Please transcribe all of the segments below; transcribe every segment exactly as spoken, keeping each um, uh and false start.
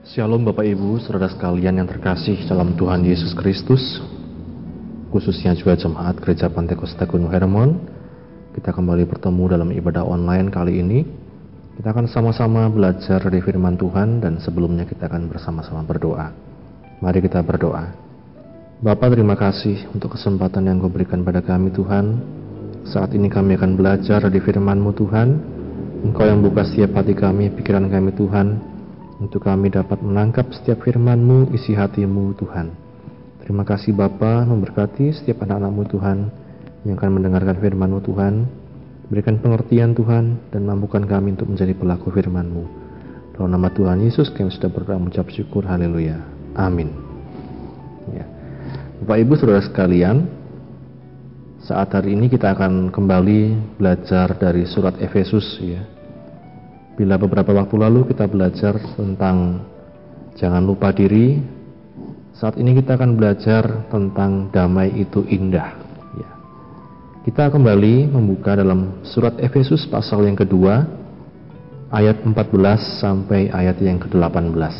Shalom Bapak Ibu, saudara sekalian yang terkasih dalam Tuhan Yesus Kristus, khususnya juga jemaat Gereja Pantekosta Gunung Hermon. Kita kembali bertemu dalam ibadah online kali ini. Kita akan sama-sama belajar dari firman Tuhan dan sebelumnya kita akan bersama-sama berdoa. Mari kita berdoa. Bapa, terima kasih untuk kesempatan yang Kau berikan pada kami Tuhan. Saat ini kami akan belajar dari firman-Mu Tuhan. Engkau yang buka setiap hati kami, pikiran kami Tuhan, untuk kami dapat menangkap setiap firman-Mu, isi hati-Mu Tuhan. Terima kasih Bapa, memberkati setiap anak-anak-Mu Tuhan yang akan mendengarkan firman-Mu Tuhan. Berikan pengertian Tuhan dan mampukan kami untuk menjadi pelaku firman-Mu. Dalam nama Tuhan Yesus kami sudah berdoa mengucap syukur, haleluya, amin. Ya. Bapak Ibu saudara sekalian, saat hari ini kita akan kembali belajar dari surat Efesus ya. Bila beberapa waktu lalu kita belajar tentang jangan lupa diri, saat ini kita akan belajar tentang damai itu indah ya. Kita kembali membuka dalam surat Efesus pasal yang kedua ayat empat belas sampai ayat yang kedelapan belas.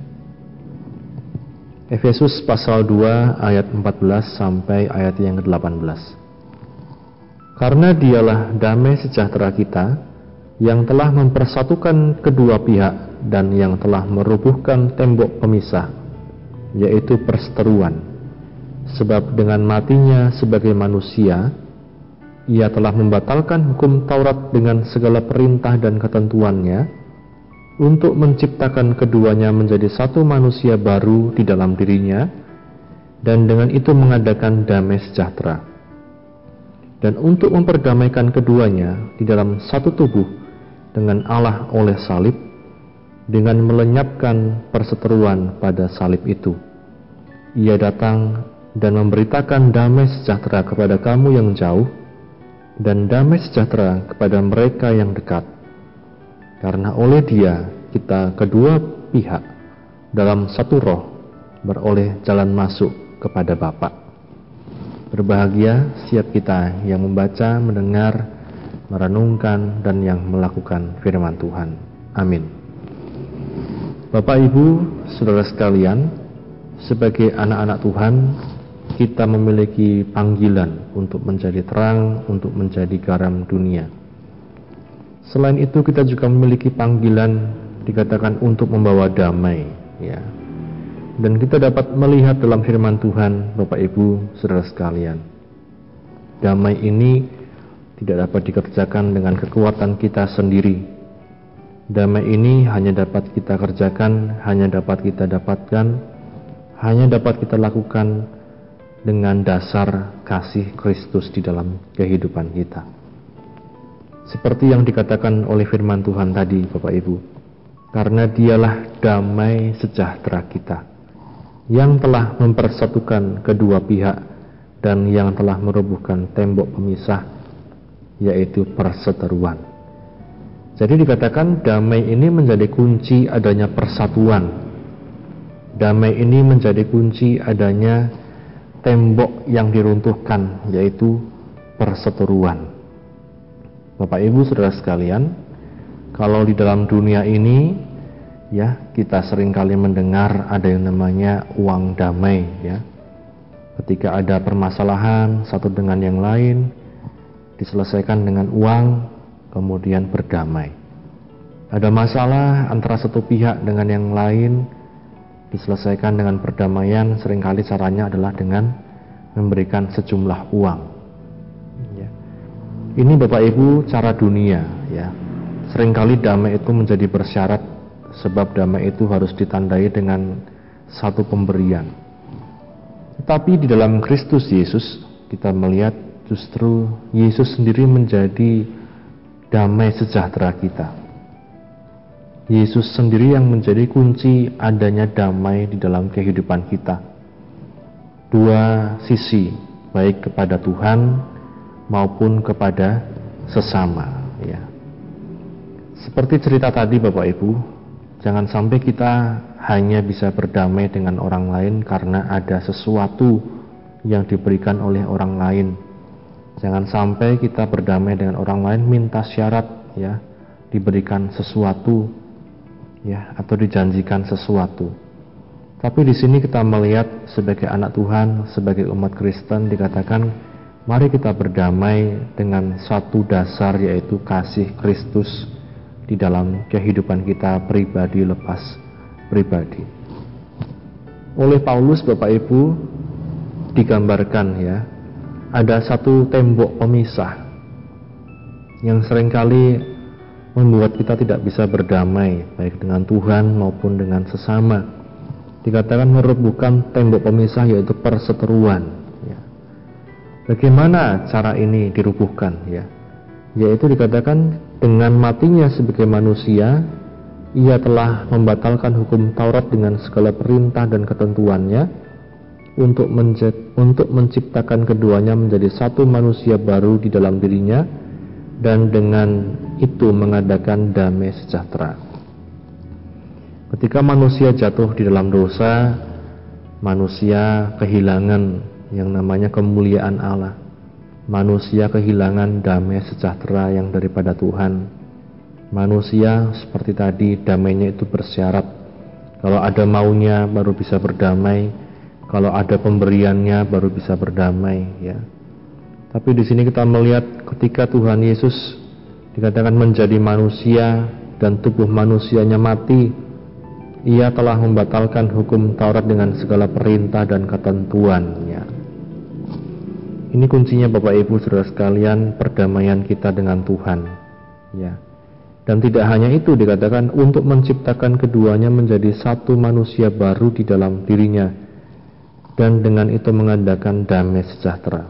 Efesus pasal dua ayat empat belas sampai ayat yang kedelapan belas. Karena dialah damai sejahtera kita yang telah mempersatukan kedua pihak dan yang telah merubuhkan tembok pemisah, yaitu perseteruan. Sebab dengan matinya sebagai manusia, ia telah membatalkan hukum Taurat dengan segala perintah dan ketentuannya, untuk menciptakan keduanya menjadi satu manusia baru di dalam dirinya, dan dengan itu mengadakan damai sejahtera. Dan untuk memperdamaikan keduanya di dalam satu tubuh dengan Allah oleh salib, dengan melenyapkan perseteruan pada salib itu. Ia datang dan memberitakan damai sejahtera kepada kamu yang jauh, dan damai sejahtera kepada mereka yang dekat. Karena oleh Dia kita kedua pihak dalam satu roh beroleh jalan masuk kepada Bapa. Berbahagia setiap kita yang membaca, mendengar, merenungkan, dan yang melakukan firman Tuhan. Amin. Bapak Ibu, saudara sekalian, sebagai anak-anak Tuhan, kita memiliki panggilan untuk menjadi terang, untuk menjadi garam dunia. Selain itu, kita juga memiliki panggilan dikatakan untuk membawa damai, ya. Dan kita dapat melihat dalam firman Tuhan, Bapak Ibu, saudara sekalian, damai ini tidak dapat dikerjakan dengan kekuatan kita sendiri. Damai ini hanya dapat kita kerjakan, hanya dapat kita dapatkan, hanya dapat kita lakukan dengan dasar kasih Kristus di dalam kehidupan kita. Seperti yang dikatakan oleh firman Tuhan tadi, Bapak Ibu, karena Dialah damai sejahtera kita, yang telah mempersatukan kedua pihak dan yang telah merobohkan tembok pemisah, yaitu perseteruan. Jadi dikatakan damai ini menjadi kunci adanya persatuan. Damai ini menjadi kunci adanya tembok yang diruntuhkan, yaitu perseteruan. Bapak Ibu saudara sekalian, kalau di dalam dunia ini ya, kita seringkali mendengar ada yang namanya uang damai ya. Ketika ada permasalahan satu dengan yang lain, diselesaikan dengan uang, kemudian berdamai. Ada masalah antara satu pihak dengan yang lain, diselesaikan dengan perdamaian. Seringkali caranya adalah dengan memberikan sejumlah uang ya. Ini Bapak Ibu cara dunia ya. Seringkali damai itu menjadi bersyarat, sebab damai itu harus ditandai dengan satu pemberian. Tetapi di dalam Kristus Yesus kita melihat justru Yesus sendiri menjadi damai sejahtera kita. Yesus sendiri yang menjadi kunci adanya damai di dalam kehidupan kita. Dua sisi, baik kepada Tuhan maupun kepada sesama ya. Seperti cerita tadi Bapak Ibu, jangan sampai kita hanya bisa berdamai dengan orang lain karena ada sesuatu yang diberikan oleh orang lain. Jangan sampai kita berdamai dengan orang lain minta syarat ya, diberikan sesuatu ya, atau dijanjikan sesuatu. Tapi di sini kita melihat sebagai anak Tuhan, sebagai umat Kristen dikatakan, mari kita berdamai dengan satu dasar, yaitu kasih Kristus di dalam kehidupan kita pribadi lepas pribadi. Oleh Paulus, Bapak Ibu, digambarkan ya, ada satu tembok pemisah yang seringkali membuat kita tidak bisa berdamai baik dengan Tuhan maupun dengan sesama. Dikatakan merubuhkan tembok pemisah, yaitu perseteruan ya. Bagaimana cara ini dirubuhkan ya? Yaitu dikatakan dengan matinya sebagai manusia, ia telah membatalkan hukum Taurat dengan segala perintah dan ketentuannya untuk, untuk menciptakan keduanya menjadi satu manusia baru di dalam dirinya, dan dengan itu mengadakan damai sejahtera. Ketika manusia jatuh di dalam dosa, manusia kehilangan yang namanya kemuliaan Allah. Manusia kehilangan damai sejahtera yang daripada Tuhan. Manusia seperti tadi, damainya itu bersyarat. Kalau ada maunya baru bisa berdamai, kalau ada pemberiannya baru bisa berdamai ya. Tapi di sini kita melihat ketika Tuhan Yesus dikatakan menjadi manusia dan tubuh manusianya mati, ia telah membatalkan hukum Taurat dengan segala perintah dan ketentuannya. Ini kuncinya Bapak Ibu Saudara sekalian, perdamaian kita dengan Tuhan ya. Dan tidak hanya itu, dikatakan untuk menciptakan keduanya menjadi satu manusia baru di dalam dirinya, dan dengan itu mengadakan damai sejahtera.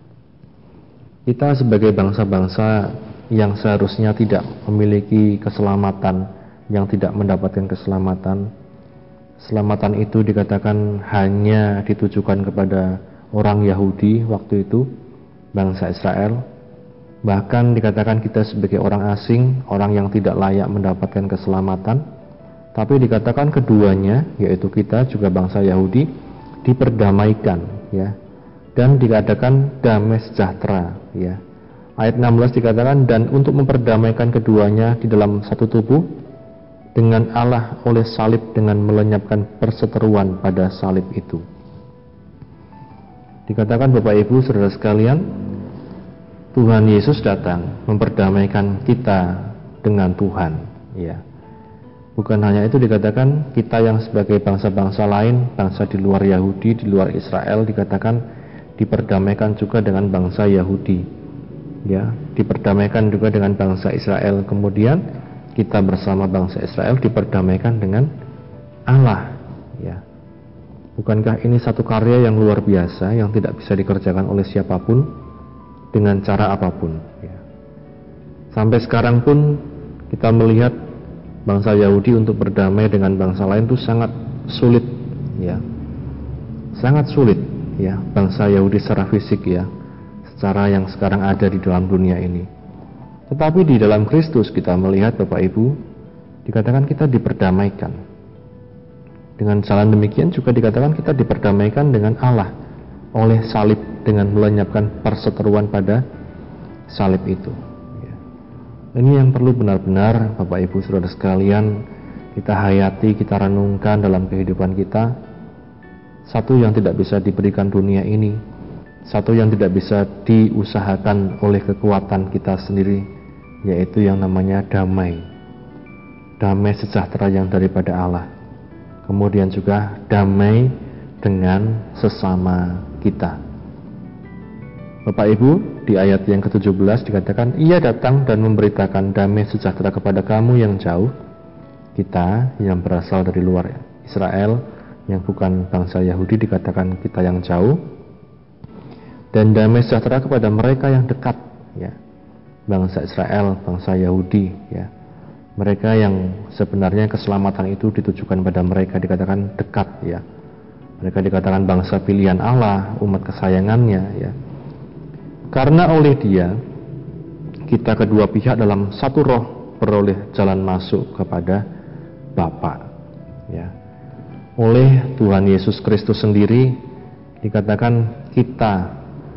Kita sebagai bangsa-bangsa yang seharusnya tidak memiliki keselamatan, yang tidak mendapatkan keselamatan, keselamatan itu dikatakan hanya ditujukan kepada orang Yahudi waktu itu, bangsa Israel. Bahkan dikatakan kita sebagai orang asing, orang yang tidak layak mendapatkan keselamatan. Tapi dikatakan keduanya, yaitu kita juga bangsa Yahudi, diperdamaikan ya, dan dikatakan damai sejahtera ya. Ayat enam belas dikatakan, dan untuk memperdamaikan keduanya di dalam satu tubuh dengan Allah oleh salib, dengan melenyapkan perseteruan pada salib itu. Dikatakan Bapak Ibu Saudara sekalian, Tuhan Yesus datang memperdamaikan kita dengan Tuhan ya. Bukan hanya itu, dikatakan kita yang sebagai bangsa-bangsa lain, bangsa di luar Yahudi, di luar Israel, dikatakan diperdamaikan juga dengan bangsa Yahudi ya, diperdamaikan juga dengan bangsa Israel. Kemudian kita bersama bangsa Israel diperdamaikan dengan Allah ya. Bukankah ini satu karya yang luar biasa, yang tidak bisa dikerjakan oleh siapapun dengan cara apapun ya. Sampai sekarang pun kita melihat bangsa Yahudi untuk berdamai dengan bangsa lain itu sangat sulit ya. Sangat sulit ya, bangsa Yahudi secara fisik ya, secara yang sekarang ada di dalam dunia ini. Tetapi di dalam Kristus kita melihat Bapak Ibu, dikatakan kita diperdamaikan. Dengan jalan demikian juga dikatakan kita diperdamaikan dengan Allah oleh salib, dengan melenyapkan perseteruan pada salib itu ya. Ini yang perlu benar-benar Bapak Ibu Saudara sekalian kita hayati, kita renungkan dalam kehidupan kita. Satu yang tidak bisa diberikan dunia ini, satu yang tidak bisa diusahakan oleh kekuatan kita sendiri, yaitu yang namanya damai. Damai sejahtera yang daripada Allah. Kemudian juga damai dengan sesama kita. Bapak Ibu, di ayat yang ke tujuh belas dikatakan, ia datang dan memberitakan damai sejahtera kepada kamu yang jauh. Kita yang berasal dari luar Israel, yang bukan bangsa Yahudi, dikatakan kita yang jauh. Dan damai sejahtera kepada mereka yang dekat ya, bangsa Israel, bangsa Yahudi ya. Mereka yang sebenarnya keselamatan itu ditujukan pada mereka, dikatakan dekat ya. Mereka dikatakan bangsa pilihan Allah, umat kesayangannya ya. Karena oleh Dia kita kedua pihak dalam satu roh beroleh jalan masuk kepada Bapa ya. Oleh Tuhan Yesus Kristus sendiri dikatakan kita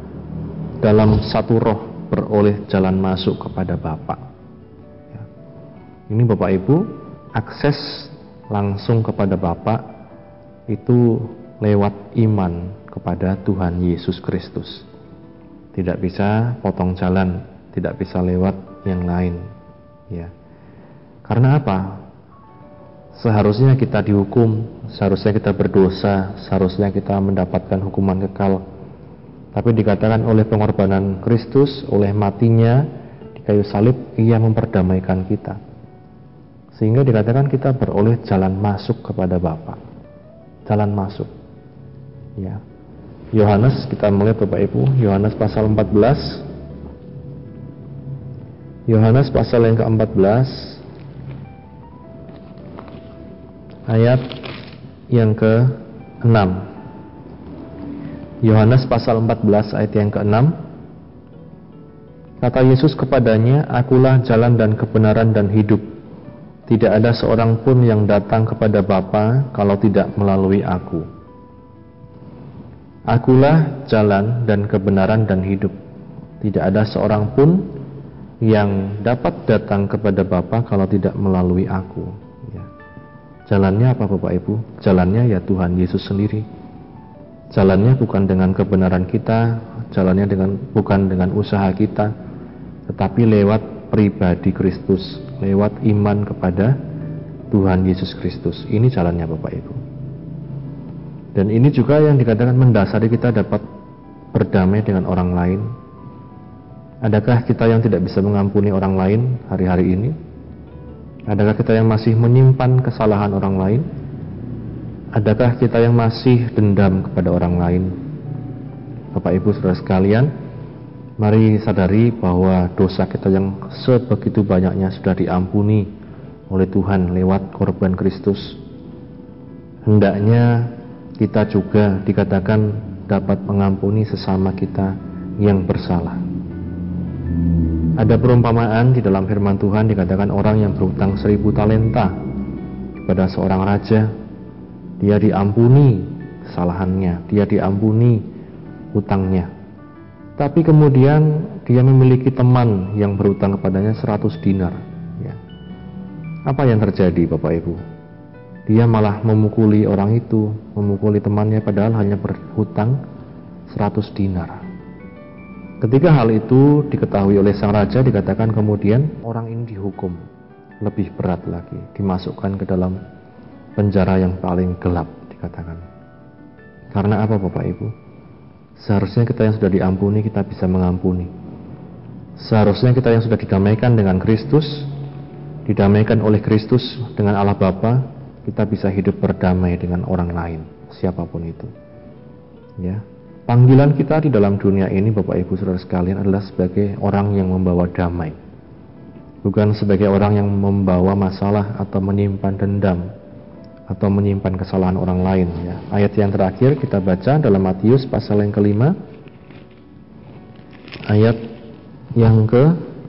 dalam satu roh beroleh jalan masuk kepada Bapa ya. Ini Bapak Ibu akses langsung kepada Bapa itu lewat iman kepada Tuhan Yesus Kristus. Tidak bisa potong jalan, tidak bisa lewat yang lain, ya. Karena apa? Seharusnya kita dihukum, seharusnya kita berdosa, seharusnya kita mendapatkan hukuman kekal. Tapi dikatakan oleh pengorbanan Kristus, oleh matinya di kayu salib, Ia memperdamaikan kita. Sehingga dikatakan kita beroleh jalan masuk kepada Bapa. Jalan masuk. Ya. Yohanes, kita melihat Bapak Ibu, Yohanes pasal empat belas. Yohanes pasal yang keempat belas ayat yang keenam. Yohanes pasal empat belas ayat yang keenam. Kata Yesus kepadanya, "Akulah jalan dan kebenaran dan hidup. Tidak ada seorang pun yang datang kepada Bapa kalau tidak melalui Aku. Akulah jalan dan kebenaran dan hidup. Tidak ada seorang pun yang dapat datang kepada Bapa kalau tidak melalui Aku." Ya. Jalannya apa Bapak Ibu? Jalannya ya Tuhan Yesus sendiri. Jalannya bukan dengan kebenaran kita, jalannya dengan bukan dengan usaha kita, tetapi lewat pribadi Kristus, lewat iman kepada Tuhan Yesus Kristus. Ini jalannya Bapak Ibu. Dan ini juga yang dikatakan mendasari kita dapat berdamai dengan orang lain. Adakah kita yang tidak bisa mengampuni orang lain hari-hari ini? Adakah kita yang masih menyimpan kesalahan orang lain? Adakah kita yang masih dendam kepada orang lain? Bapak Ibu Saudara sekalian, mari sadari bahwa dosa kita yang sebegitu banyaknya sudah diampuni oleh Tuhan lewat korban Kristus. Hendaknya kita juga dikatakan dapat mengampuni sesama kita yang bersalah. Ada perumpamaan di dalam firman Tuhan, dikatakan orang yang berhutang seribu talenta kepada seorang raja, dia diampuni kesalahannya, dia diampuni hutangnya. Tapi kemudian dia memiliki teman yang berhutang kepadanya seratus dinar. Ya. Apa yang terjadi Bapak Ibu? Dia malah memukuli orang itu, memukuli temannya padahal hanya berhutang seratus dinar. Ketika hal itu diketahui oleh sang raja, dikatakan kemudian orang ini dihukum lebih berat lagi, dimasukkan ke dalam penjara yang paling gelap, dikatakan. Karena apa Bapak Ibu? Seharusnya kita yang sudah diampuni, kita bisa mengampuni. Seharusnya kita yang sudah didamaikan dengan Kristus, didamaikan oleh Kristus dengan Allah Bapa, kita bisa hidup berdamai dengan orang lain, siapapun itu. Ya. Panggilan kita di dalam dunia ini Bapak Ibu Saudara sekalian adalah sebagai orang yang membawa damai, bukan sebagai orang yang membawa masalah atau menyimpan dendam atau menyimpan kesalahan orang lain. Ya. Ayat yang terakhir kita baca dalam Matius pasal yang kelima, ayat yang ke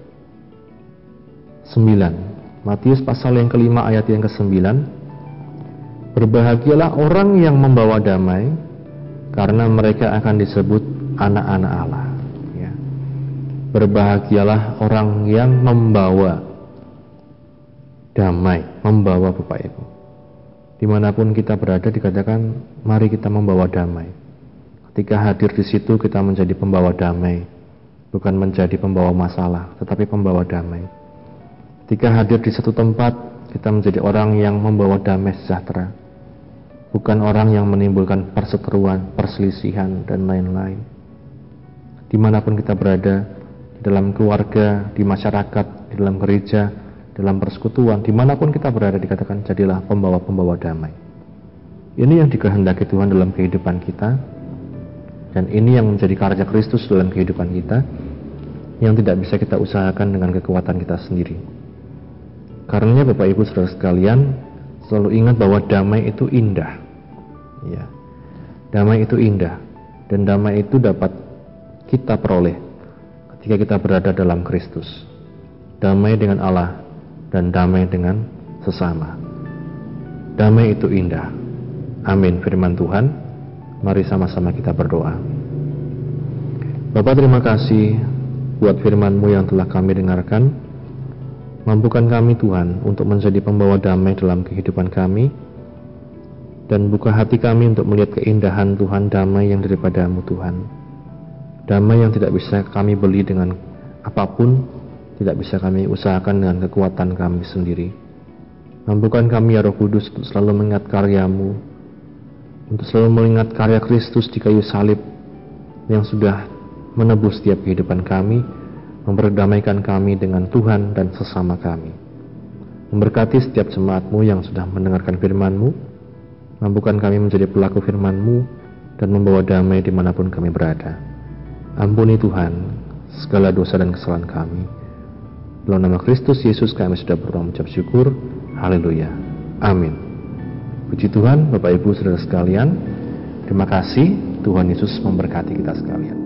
sembilan. Matius pasal yang kelima ayat yang ke sembilan. Berbahagialah orang yang membawa damai, karena mereka akan disebut anak-anak Allah. Ya. Berbahagialah orang yang membawa damai, membawa Bapak Ibu. Dimanapun kita berada dikatakan, mari kita membawa damai. Ketika hadir di situ kita menjadi pembawa damai, bukan menjadi pembawa masalah, tetapi pembawa damai. Ketika hadir di satu tempat, kita menjadi orang yang membawa damai sejahtera, bukan orang yang menimbulkan perseteruan, perselisihan, dan lain-lain. Dimanapun kita berada, di dalam keluarga, di masyarakat, di dalam gereja, dalam persekutuan, dimanapun kita berada dikatakan jadilah pembawa-pembawa damai. Ini yang dikehendaki Tuhan dalam kehidupan kita, dan ini yang menjadi karya Kristus dalam kehidupan kita, yang tidak bisa kita usahakan dengan kekuatan kita sendiri. Karena Bapak Ibu Saudara sekalian, selalu ingat bahwa damai itu indah. Ya. Damai itu indah, dan damai itu dapat kita peroleh ketika kita berada dalam Kristus. Damai dengan Allah dan damai dengan sesama. Damai itu indah. Amin firman Tuhan. Mari sama-sama kita berdoa. Bapa, terima kasih buat firman-Mu yang telah kami dengarkan. Mampukan kami Tuhan untuk menjadi pembawa damai dalam kehidupan kami, dan buka hati kami untuk melihat keindahan Tuhan, damai yang daripada-Mu Tuhan. Damai yang tidak bisa kami beli dengan apapun, tidak bisa kami usahakan dengan kekuatan kami sendiri. Mampukan kami ya Roh Kudus untuk selalu mengingat karya-Mu, untuk selalu mengingat karya Kristus di kayu salib yang sudah menebus setiap kehidupan kami, memperdamaikan kami dengan Tuhan dan sesama kami. Memberkati setiap jemaat-Mu yang sudah mendengarkan firman-Mu, mampukan kami menjadi pelaku firman-Mu dan membawa damai dimanapun kami berada. Ampuni Tuhan segala dosa dan kesalahan kami. Dalam nama Kristus Yesus kami sudah berdoa mengucap syukur. Haleluya. Amin. Puji Tuhan, Bapak Ibu Saudara sekalian. Terima kasih. Tuhan Yesus memberkati kita sekalian.